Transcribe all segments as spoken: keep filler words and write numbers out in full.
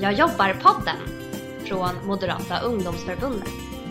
Jag jobbar-podden från Moderata ungdomsförbundet.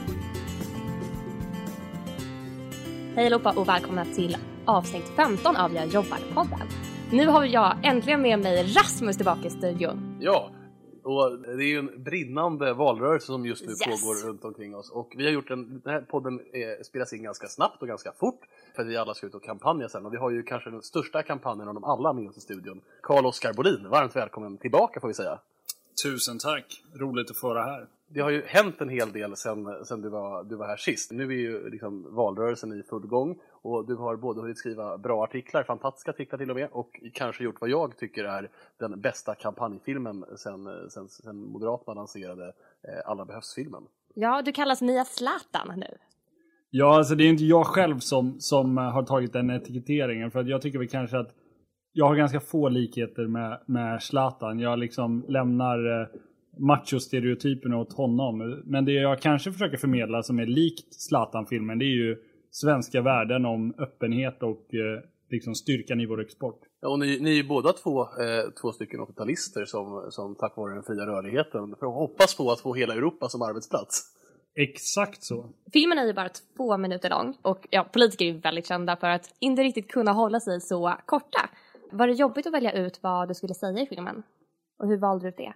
Hej allihopa och välkomna till avsnitt femton av Jag jobbar-podden. Nu har jag äntligen med mig Rasmus tillbaka i studion. Ja, och det är ju en brinnande valrörelse som just nu yes. pågår runt omkring oss. Och vi har gjort en, den här podden eh, spelas in ganska snabbt och ganska fort. För att vi alla ska ut och kampanja sen. Och vi har ju kanske den största kampanjen av dem alla med oss i studion. Carl-Oskar Bolin, varmt välkommen tillbaka får vi säga. Tusen tack, roligt att få det här. Det har ju hänt en hel del sen, sen du, var, du var här sist. Nu är ju liksom valrörelsen i full gång. Och du har både hunnit skriva bra artiklar, fantastiska artiklar till och med. Och kanske gjort vad jag tycker är den bästa kampanjfilmen sen, sen, sen Moderaterna lanserade eh, Alla behövs-filmen. Ja, du kallas Nya Zlatan nu. Ja, alltså det är inte jag själv som, som har tagit den etiketteringen. För att jag tycker väl kanske att jag har ganska få likheter med, med Zlatan. Jag liksom lämnar eh, macho-stereotypen åt honom. Men det jag kanske försöker förmedla som är likt Zlatan-filmen, det är ju svenska värden om öppenhet och eh, liksom styrkan i vår export. Ja, och ni, ni är ju båda två, eh, två stycken åttiotalister som, som tack vare den fria rörligheten för att hoppas på att få hela Europa som arbetsplats. Exakt så. Filmen är ju bara två minuter lång. Och ja, politiker är ju väldigt kända för att inte riktigt kunna hålla sig så korta. Var det jobbigt att välja ut vad du skulle säga i filmen? Och hur valde du det?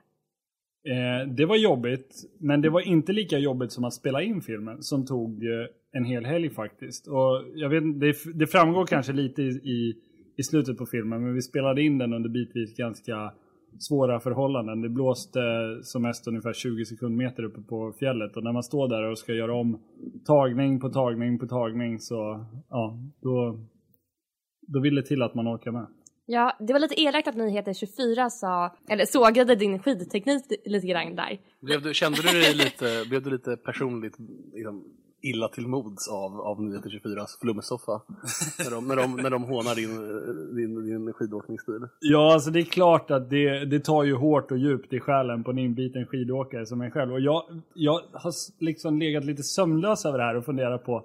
Eh, det var jobbigt, men det var inte lika jobbigt som att spela in filmen som tog eh, en hel helg faktiskt. Och jag vet, det, det framgår kanske lite i, i, i slutet på filmen, men vi spelade in den under bitvis ganska svåra förhållanden. Det blåste som mest ungefär tjugo sekundmeter uppe på fjället, och när man står där och ska göra om tagning på tagning på tagning så ja, då, då vill det till att man orkar med. Ja, det var lite elakt att Nyheter tjugofyra sa, eller sågade din skidteknik lite grann där. Blev du, kände du dig lite, blev du lite personligt liksom, illa till mods av, av Nyheter tjugofyras flumsoffa? när, de, när, de, när de hånar din, din, din skidåkningsstil? Ja, alltså det är klart att det, det tar ju hårt och djupt i själen på en inbiten skidåkare som en själv. Och jag, jag har liksom legat lite sömnlös över det här och funderat på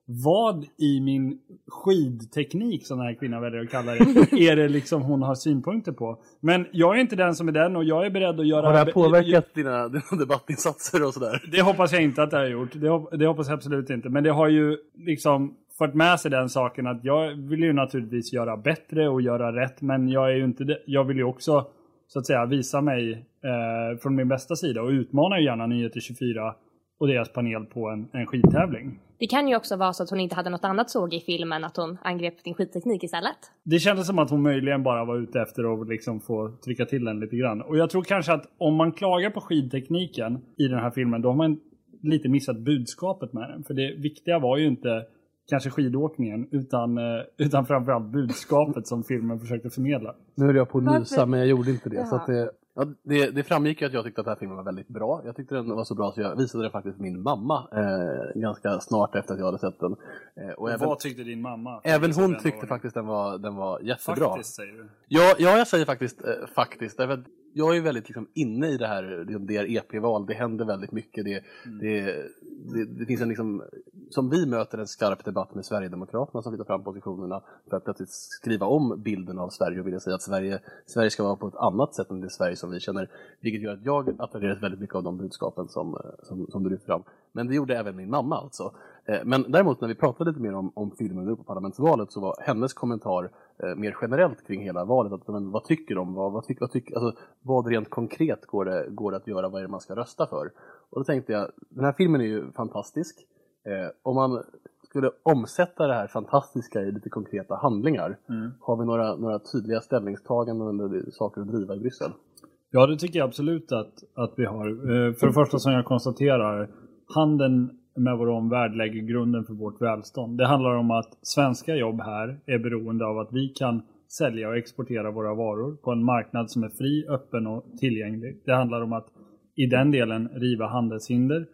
vad i min skidteknik, som den här kvinnan väljer att kalla det, är det liksom hon har synpunkter på. Men jag är inte den som är den, och jag är beredd att göra... Har det här påverkat jag, dina, dina debattinsatser och sådär? Det hoppas jag inte att det har gjort. Det, det hoppas jag absolut inte. Men det har ju liksom fått med sig den saken att jag vill ju naturligtvis göra bättre och göra rätt. Men jag är ju inte det. Jag vill ju också så att säga visa mig eh, från min bästa sida och utmana ju gärna Nyheter tjugofyra och deras panel på en, en skidtävling. Det kan ju också vara så att hon inte hade något annat såg i filmen, att hon angrep din skidteknik istället. Det kändes som att hon möjligen bara var ute efter att liksom få trycka till den lite grann. Och jag tror kanske att om man klagar på skidtekniken i den här filmen, då har man lite missat budskapet med den. För det viktiga var ju inte kanske skidåkningen, utan, utan framförallt budskapet som filmen försökte förmedla. Nu höll jag på att nysa, men jag gjorde inte det. Ja. Så att det, ja, det, det framgick ju att jag tyckte att den här filmen var väldigt bra. Jag tyckte den var så bra så jag visade den faktiskt min mamma eh, ganska snart efter att jag hade sett den. Eh, och och även, vad tyckte din mamma? Även hon tyckte var... faktiskt den var, den var jättebra. Faktiskt, säger du? Ja, ja jag säger faktiskt eh, faktiskt. Därför att jag är ju väldigt liksom, inne i det här, det är E P-val, det händer väldigt mycket. Det, mm. det, det, det finns en liksom, som vi möter en skarp debatt med Sverigedemokraterna som vill ta fram positionerna för att plötsligt skriva om bilden av Sverige och vilja säga att Sverige, Sverige ska vara på ett annat sätt än det Sverige som vi känner. Vilket gör att jag attraheras väldigt mycket av de budskapen som, som, som du lyfter fram. Men det gjorde även min mamma alltså. Men däremot när vi pratade lite mer om, om filmen och på parlamentsvalet så var hennes kommentar eh, mer generellt kring hela valet. Att, men, vad tycker de? Vad, vad, tycker, vad, tycker, alltså, vad rent konkret går det, går det att göra? Vad är det man ska rösta för? Och då tänkte jag, den här filmen är ju fantastisk. Eh, om man skulle omsätta det här fantastiska i lite konkreta handlingar. Mm. Har vi några, några tydliga ställningstaganden eller saker att driva i Bryssel? Ja, det tycker jag absolut att, att vi har. Eh, för det första som jag konstaterar, handeln med vår omvärld lägger grunden för vårt välstånd. Det handlar om att svenska jobb här är beroende av att vi kan sälja och exportera våra varor på en marknad som är fri, öppen och tillgänglig. Det handlar om att i den delen riva handelshinder,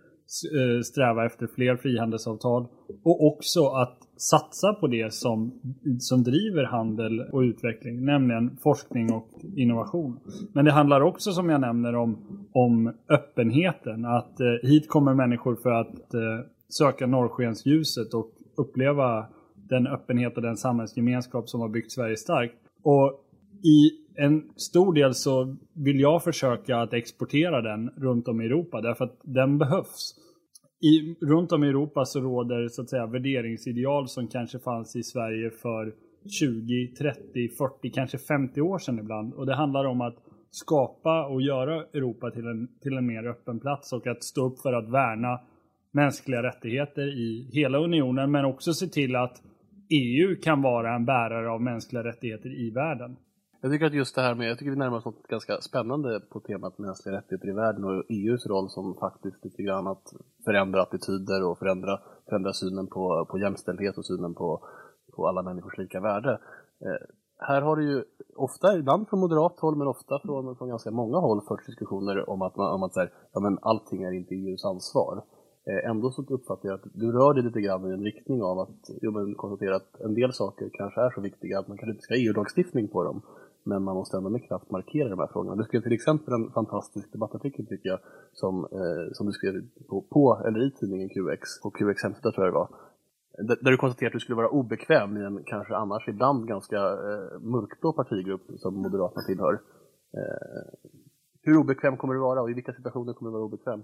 sträva efter fler frihandelsavtal och också att satsa på det som, som driver handel och utveckling, nämligen forskning och innovation. Men det handlar också, som jag nämner, om, om öppenheten. Att eh, hit kommer människor för att eh, söka norrskensljuset och uppleva den öppenhet och den samhällsgemenskap som har byggt Sverige starkt. Och i en stor del så vill jag försöka att exportera den runt om i Europa därför att den behövs. I, runt om i Europa så råder så att säga värderingsideal som kanske fanns i Sverige för tjugo, trettio, fyrtio, kanske femtio år sedan ibland. Och det handlar om att skapa och göra Europa till en, till en mer öppen plats och att stå upp för att värna mänskliga rättigheter i hela unionen, men också se till att E U kan vara en bärare av mänskliga rättigheter i världen. Jag tycker att just det här med, jag tycker vi närmar oss något ganska spännande på temat mänskliga rättigheter i världen och E U:s roll som faktiskt lite grann att förändra attityder och förändra, förändra synen på, på jämställdhet och synen på, på alla människors lika värde. Eh, här har det ju ofta, ibland från moderat håll men ofta från, från ganska många håll förts diskussioner om att, man, om att så här, ja, men allting är inte E U:s ansvar. Eh, ändå så uppfattar jag att du rör dig lite grann i en riktning av att jo, men konstatera att en del saker kanske är så viktiga att man kanske inte ska ha E U-lagstiftning på dem. Men man måste ändå med kraft markera de här frågorna. Du skrev till exempel en fantastisk debattartikel tycker jag som, eh, som du skrev på, på eller i tidningen Q X, på Q X hemsida tror jag det var. Där, där du konstaterade att du skulle vara obekväm i en kanske annars ibland ganska eh, mörkblå partigrupp som Moderaterna tillhör. Eh, hur obekväm kommer du vara och i vilka situationer kommer du vara obekväm?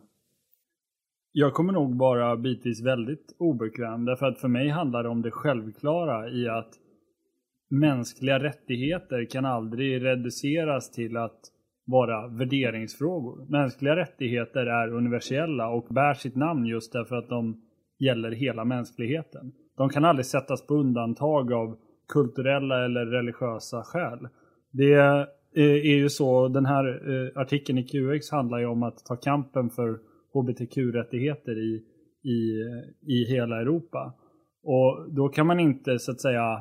Jag kommer nog vara bitvis väldigt obekväm därför att för mig handlar det om det självklara i att mänskliga rättigheter kan aldrig reduceras till att vara värderingsfrågor. Mänskliga rättigheter är universella och bär sitt namn just därför att de gäller hela mänskligheten. De kan aldrig sättas på undantag av kulturella eller religiösa skäl. Det är ju så, den här artikeln i Q X handlar ju om att ta kampen för H B T Q-rättigheter i, i, i hela Europa. Och då kan man inte så att säga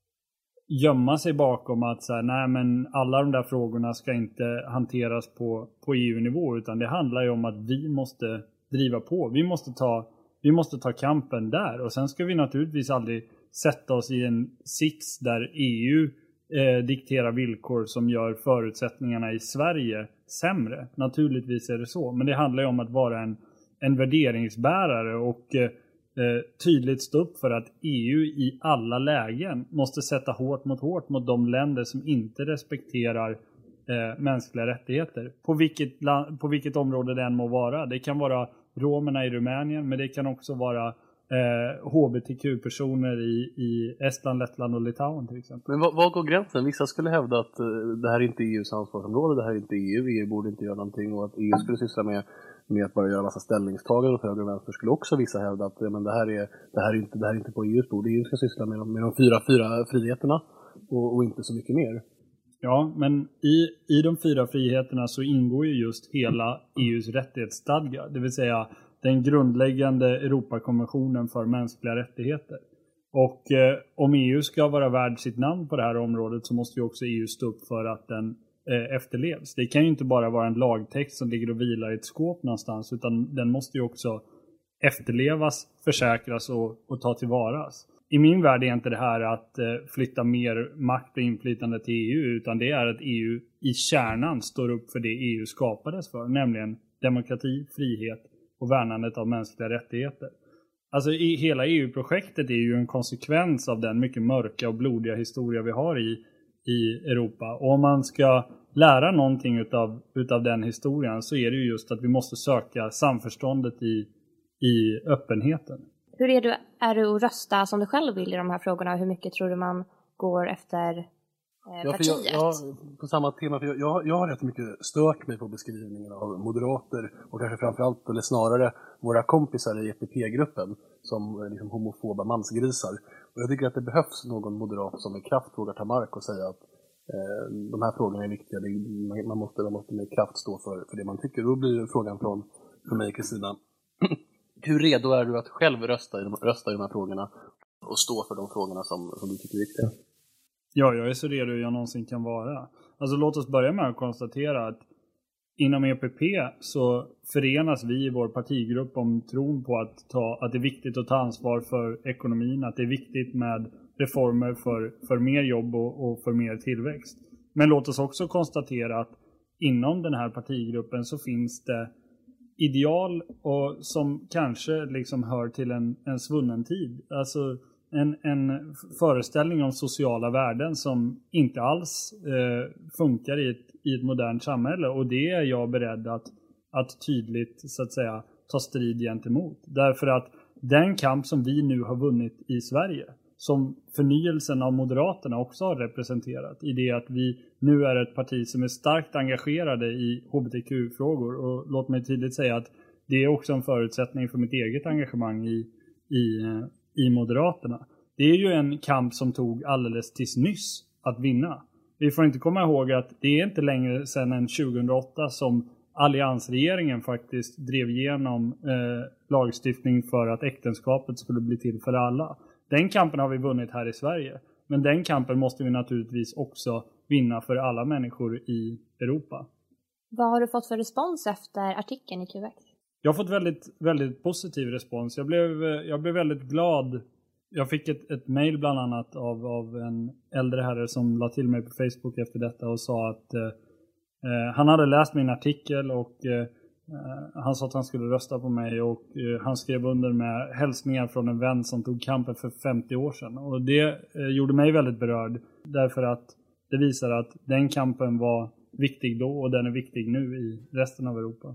gömma sig bakom att så här, nej men alla de där frågorna ska inte hanteras på, på E U-nivå, utan det handlar ju om att vi måste driva på. Vi måste ta, vi måste ta kampen där, och sen ska vi naturligtvis aldrig sätta oss i en sits där E U eh, dikterar villkor som gör förutsättningarna i Sverige sämre. Naturligtvis är det så, men det handlar ju om att vara en, en värderingsbärare och eh, tydligt stå upp för att E U i alla lägen måste sätta hårt mot hårt mot de länder som inte respekterar eh, mänskliga rättigheter. På vilket, på vilket område det än må vara. Det kan vara romerna i Rumänien, men det kan också vara eh, H B T Q-personer i, i Estland, Lettland och Litauen till exempel. Men vad, vad går gränsen? Vissa skulle hävda att uh, det här är inte E U:s ansvarsområde, det här är inte E U, E U borde inte göra någonting, och att E U skulle syssla med med att bara göra massa ställningstaganden och höger och vänster. Skulle också vissa hävda att men det, här är, det, här är inte, det här är inte på E U:s bord. E U ska syssla med de, med de fyra, fyra friheterna och, och inte så mycket mer. Ja, men i, i de fyra friheterna så ingår ju just hela E U:s rättighetsstadga. Det vill säga den grundläggande Europakonventionen för mänskliga rättigheter. Och eh, om E U ska vara värd sitt namn på det här området så måste ju också E U stå upp för att den efterlevs. Det kan ju inte bara vara en lagtext som ligger och vilar i ett skåp någonstans, utan den måste ju också efterlevas, försäkras och, och ta tillvaras. I min värld är inte det här att eh, flytta mer makt och inflytande till E U, utan det är att E U i kärnan står upp för det E U skapades för, nämligen demokrati, frihet och värnandet av mänskliga rättigheter. Alltså i, hela E U-projektet är ju en konsekvens av den mycket mörka och blodiga historia vi har i i Europa. Och om man ska lära någonting utav, utav den historien så är det ju just att vi måste söka samförståndet i, i öppenheten. Hur är du, är du att rösta som du själv vill i de här frågorna? Hur mycket tror du man går efter eh, ja, partiet? Jag, jag, på samma tema, för jag, jag, jag har rätt mycket stört mig på beskrivningen av moderater och kanske framförallt, eller snarare våra kompisar i E P P-gruppen som liksom homofoba mansgrisar. Och jag tycker att det behövs någon moderat som med kraft vågar ta mark och säga att eh, de här frågorna är viktiga. Det, man, måste, man måste med kraft stå för, för det man tycker. Då blir frågan från, från mig, Kristina. Hur redo är du att själv rösta i, de, rösta i de här frågorna och stå för de frågorna som, som du tycker är viktiga? Ja, jag är så redo jag någonsin kan vara. Alltså låt oss börja med att konstatera att inom E P P så förenas vi i vår partigrupp om tron på att, ta, att det är viktigt att ta ansvar för ekonomin. Att det är viktigt med reformer för, för mer jobb och, och för mer tillväxt. Men låt oss också konstatera att inom den här partigruppen så finns det ideal och som kanske liksom hör till en, en svunnen tid. Alltså en, en föreställning om sociala värden som inte alls eh, funkar i ett, i ett modernt samhälle. Och det är jag beredd att, att tydligt så att säga ta strid gentemot. Därför att den kamp som vi nu har vunnit i Sverige, som förnyelsen av Moderaterna också har representerat, i det att vi nu är ett parti som är starkt engagerade i H B T Q-frågor. Och låt mig tydligt säga att det är också en förutsättning för mitt eget engagemang i, i, i Moderaterna. Det är ju en kamp som tog alldeles tills nyss att vinna. Vi får inte komma ihåg att det är inte längre sedan än tjugohundraåtta som alliansregeringen faktiskt drev igenom eh, lagstiftning för att äktenskapet skulle bli till för alla. Den kampen har vi vunnit här i Sverige. Men den kampen måste vi naturligtvis också vinna för alla människor i Europa. Vad har du fått för respons efter artikeln i Q X? Jag har fått väldigt, väldigt positiv respons. Jag blev, jag blev väldigt glad. Jag fick ett, ett mejl bland annat av, av en äldre herre som la till mig på Facebook efter detta och sa att eh, han hade läst min artikel och eh, han sa att han skulle rösta på mig, och eh, han skrev under med hälsningar från en vän som tog kampen för femtio år sedan. Och det eh, gjorde mig väldigt berörd, därför att det visar att den kampen var viktig då och den är viktig nu i resten av Europa.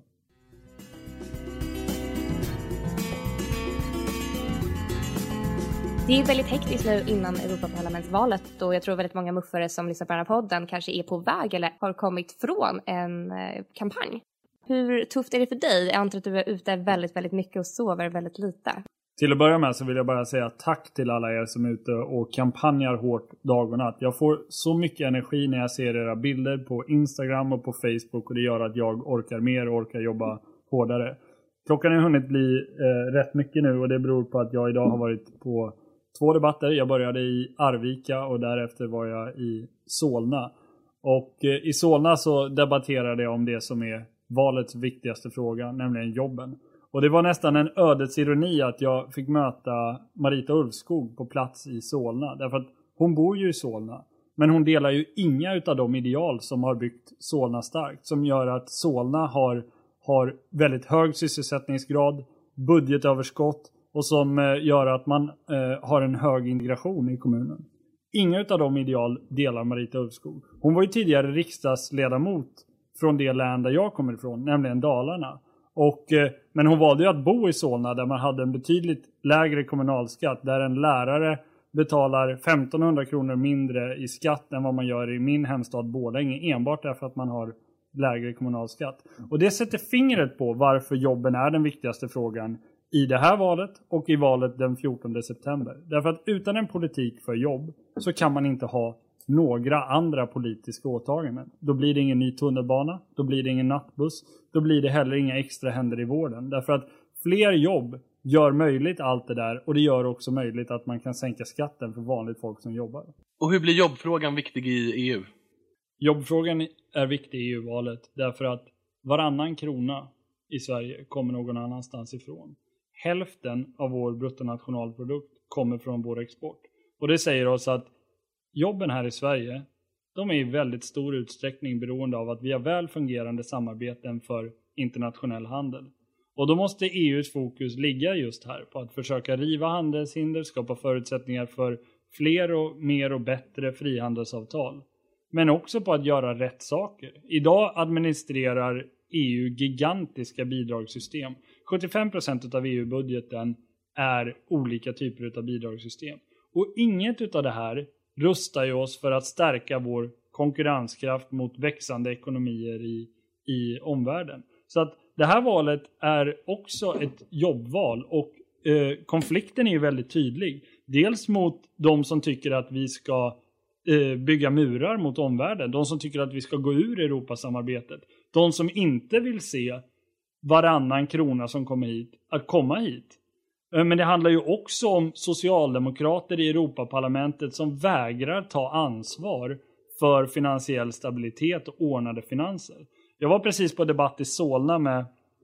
Det är väldigt hektiskt nu innan Europaparlamentsvalet, och jag tror väldigt många muffare som lyssnar på den här podden kanske är på väg eller har kommit från en eh, kampanj. Hur tufft är det för dig? Jag antar att du är ute väldigt, väldigt mycket och sover väldigt lite. Till att börja med så vill jag bara säga tack till alla er som är ute och kampanjar hårt dag och natt. Jag får så mycket energi när jag ser era bilder på Instagram och på Facebook, och det gör att jag orkar mer och orkar jobba hårdare. Klockan har hunnit bli eh, rätt mycket nu, och det beror på att jag idag har varit på två debatter. Jag började i Arvika och därefter var jag i Solna. Och eh, i Solna så debatterade jag om det som är valets viktigaste fråga, nämligen jobben. Och det var nästan en ödets ironi att jag fick möta Marita Ulvskog på plats i Solna. Därför att hon bor ju i Solna. Men hon delar ju inga utav de ideal som har byggt Solna starkt. Som gör att Solna har, har väldigt hög sysselsättningsgrad, budgetöverskott, och som gör att man eh, har en hög integration i kommunen. Inga utav de ideal delar Marita Ulvskog. Hon var ju tidigare riksdagsledamot från det län där jag kommer ifrån, nämligen Dalarna. Och, eh, men hon valde ju att bo i Solna där man hade en betydligt lägre kommunalskatt. Där en lärare betalar femtonhundra kronor mindre i skatt än vad man gör i min hemstad Borlänge. Enbart därför att man har lägre kommunalskatt. Och det sätter fingret på varför jobben är den viktigaste frågan i det här valet och i valet den fjortonde september. Därför att utan en politik för jobb så kan man inte ha några andra politiska åtaganden. Då blir det ingen ny tunnelbana, då blir det ingen nattbuss, då blir det heller inga extra händer i vården. Därför att fler jobb gör möjligt allt det där, och det gör också möjligt att man kan sänka skatten för vanligt folk som jobbar. Och hur blir jobbfrågan viktig i E U? Jobbfrågan är viktig i E U-valet därför att varannan krona i Sverige kommer någon annanstans ifrån. Hälften av vår bruttonationalprodukt kommer från vår export. Och det säger oss att jobben här i Sverige, de är i väldigt stor utsträckning beroende av att vi har väl fungerande samarbeten för internationell handel. Och då måste E U:s fokus ligga just här på att försöka riva handelshinder, skapa förutsättningar för fler och mer och bättre frihandelsavtal. Men också på att göra rätt saker. Idag administrerar E U gigantiska bidragssystem. sjuttiofem procent av E U-budgeten är olika typer av bidragssystem. Och inget av det här rustar ju oss för att stärka vår konkurrenskraft mot växande ekonomier i, i omvärlden. Så att det här valet är också ett jobbval, och eh, konflikten är ju väldigt tydlig. Dels mot de som tycker att vi ska eh, bygga murar mot omvärlden. De som tycker att vi ska gå ur Europasamarbetet. De som inte vill se varannan krona som kommer hit att komma hit. Men det handlar ju också om socialdemokrater i Europaparlamentet som vägrar ta ansvar för finansiell stabilitet och ordnade finanser. Jag var precis på debatt i Solna med,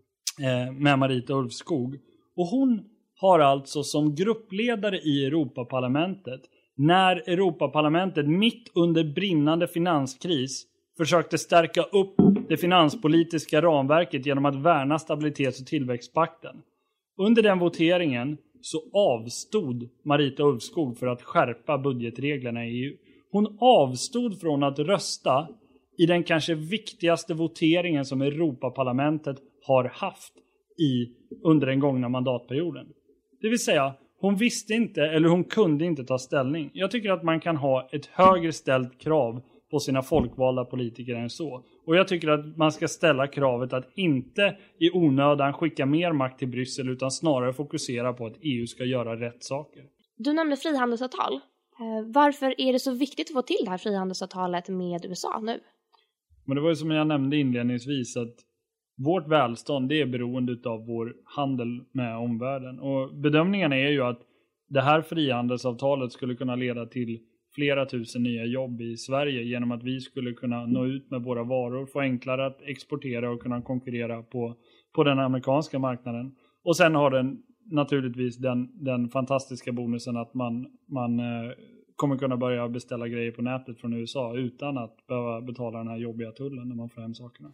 eh, med Marita Ulvskog. Och hon har alltså som gruppledare i Europaparlamentet, när Europaparlamentet mitt under brinnande finanskris försökte stärka upp det finanspolitiska ramverket genom att värna stabilitets- och tillväxtpakten. Under den voteringen så avstod Marita Ulvskog för att skärpa budgetreglerna i E U. Hon avstod från att rösta i den kanske viktigaste voteringen som Europaparlamentet har haft i under den gångna mandatperioden. Det vill säga, hon visste inte eller hon kunde inte ta ställning. Jag tycker att man kan ha ett högre ställt krav på sina folkvalda politiker än så. Och jag tycker att man ska ställa kravet att inte i onödan skicka mer makt till Bryssel utan snarare fokusera på att E U ska göra rätt saker. Du nämnde frihandelsavtal. Varför är det så viktigt att få till det här frihandelsavtalet med U S A nu? Men det var ju som jag nämnde inledningsvis att vårt välstånd det är beroende av vår handel med omvärlden. Och bedömningarna är ju att det här frihandelsavtalet skulle kunna leda till flera tusen nya jobb i Sverige genom att vi skulle kunna nå ut med våra varor, få enklare att exportera och kunna konkurrera på, på den amerikanska marknaden. Och sen har den naturligtvis den, den fantastiska bonusen att man, man eh, kommer kunna börja beställa grejer på nätet från U S A utan att behöva betala den här jobbiga tullen när man får hem sakerna.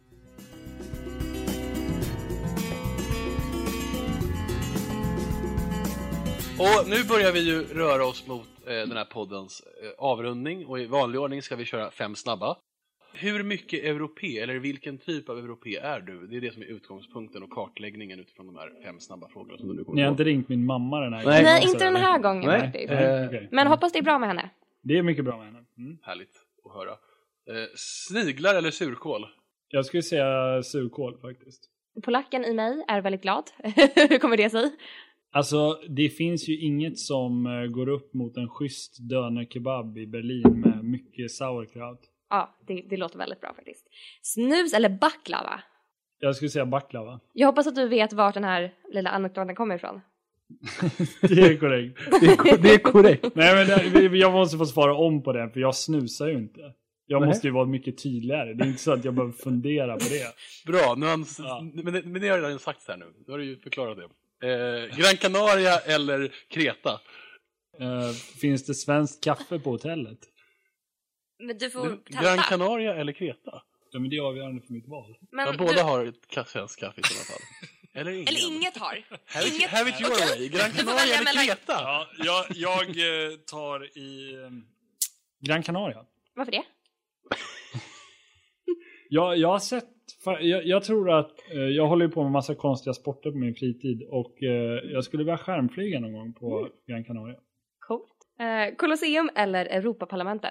Och nu börjar vi ju röra oss mot eh, den här poddens eh, avrundning och i vanlig ordning ska vi köra fem snabba. Hur mycket europé eller vilken typ av europé är du? Det är det som är utgångspunkten och kartläggningen utifrån de här fem snabba frågorna som du nu kommer. Ni har inte ringt min mamma den här gången. Nej, gången, inte den här gången Nej. faktiskt. Eh, okay. Men hoppas det är bra med henne. Det är mycket bra med henne. Mm. Härligt att höra. Eh, sniglar eller surkål? Jag skulle säga surkål faktiskt. Polacken i mig är väldigt glad. Hur kommer det sig? Alltså, det finns ju inget som går upp mot en schysst döner-kebab i Berlin med mycket sauerkraut. Ja, det, det låter väldigt bra faktiskt. Snus eller baklava? Jag skulle säga baklava. Jag hoppas att du vet vart den här lilla anekdoten kommer ifrån. Det är korrekt. Det är, det är korrekt. Nej, men det, jag måste få svara om på det, för jag snusar ju inte. Jag Nej. måste ju vara mycket tydligare. Det är inte så att jag behöver fundera på det. Bra, nu har, Ja. men, men det har jag redan sagt här nu. Du har ju förklarat det. Eh, Gran Canaria eller Kreta? Uh, finns det svenskt kaffe på hotellet? Men du får Du, testa. Gran Canaria eller Kreta? Ja, men det är avgörande för mitt val. Men Ja, du... båda har ett svenskt kaffe i sådana fall. Eller ingen. Eller inget har. Have it, Inget... have it your Okej. way. Gran Du får Canaria välja eller mellan- Kreta? Ja, jag, jag eh, tar i eh, Gran Canaria. Varför det? Jag, jag har sett, jag, jag tror att eh, jag håller ju på med massa konstiga sporter på min fritid och eh, jag skulle vilja skärmflyga någon gång på mm. Gran Canaria. Coolt. Eh, Colosseum eller Europaparlamentet?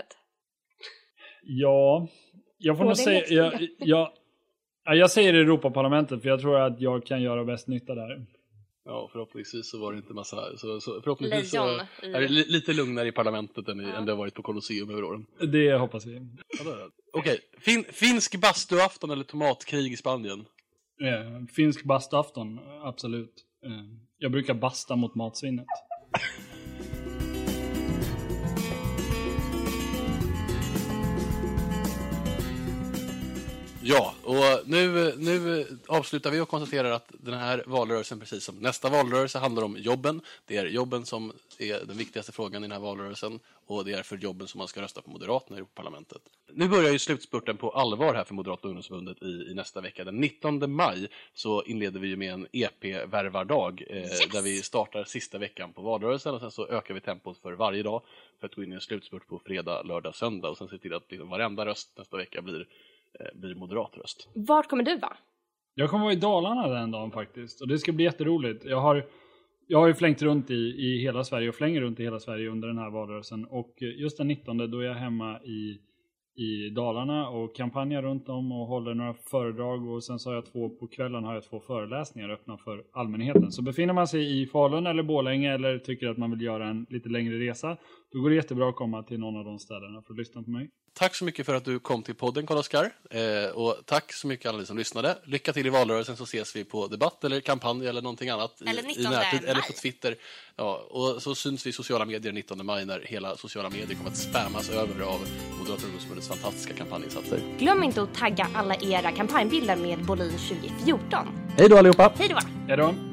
Ja, jag får Åh, nog det är säga, lätt jag, fråga. jag, ja, jag säger Europaparlamentet för jag tror att jag kan göra bäst nytta där. Ja, förhoppningsvis så var det inte massa... Så, så förhoppningsvis så Lejon i- är det li, lite lugnare i parlamentet än, i, Ja. än det har varit på Colosseum över åren. Det hoppas vi. Ja, det är det. Okej, fin, finsk bastuafton eller tomatkrig i Spanien? Eh, finsk bastafton, absolut. Eh, jag brukar basta mot matsvinnet. Ja, och nu, nu avslutar vi och konstaterar att den här valrörelsen, precis som nästa valrörelse, handlar om jobben. Det är jobben som är den viktigaste frågan i den här valrörelsen och det är för jobben som man ska rösta på Moderaterna i Europaparlamentet. Nu börjar ju slutspurten på allvar här för Moderata ungdomsförbundet i, i nästa vecka. Den nittonde maj så inleder vi ju med en E P-värvardag eh, Yes! där vi startar sista veckan på valrörelsen och sen så ökar vi tempot för varje dag för att gå in i en slutspurt på fredag, lördag, söndag och sen se till att liksom varenda röst nästa vecka blir blir moderatröst. Vart kommer du vara? Jag kommer vara i Dalarna den dagen faktiskt. Och det ska bli jätteroligt. Jag har, jag har ju flängt runt i, i hela Sverige och flänger runt i hela Sverige under den här valrörelsen. Och just den nittonde då är jag hemma i, i Dalarna och kampanjar runt om och håller några föredrag. Och sen så har jag två, på kvällen har jag två föreläsningar öppna för allmänheten. Så befinner man sig i Falun eller Borlänge eller tycker att man vill göra en lite längre resa, då går det jättebra att komma till någon av de städerna för att lyssna på mig. Tack så mycket för att du kom till podden, Karl-Oskar. Eh, och tack så mycket alla ni som lyssnade. Lycka till i valrörelsen så ses vi på debatt eller kampanj eller någonting annat i, Eller i nittonde närtid. maj. Eller på Twitter. Ja, och så syns vi i sociala medier nittonde maj när hela sociala medier kommer att spammas över av Moderata ungdomsförbundets fantastiska kampanjinsatser. Glöm inte att tagga alla era kampanjbilder med Bolin tjugo fjorton. Hej då allihopa! Hej då! Är det?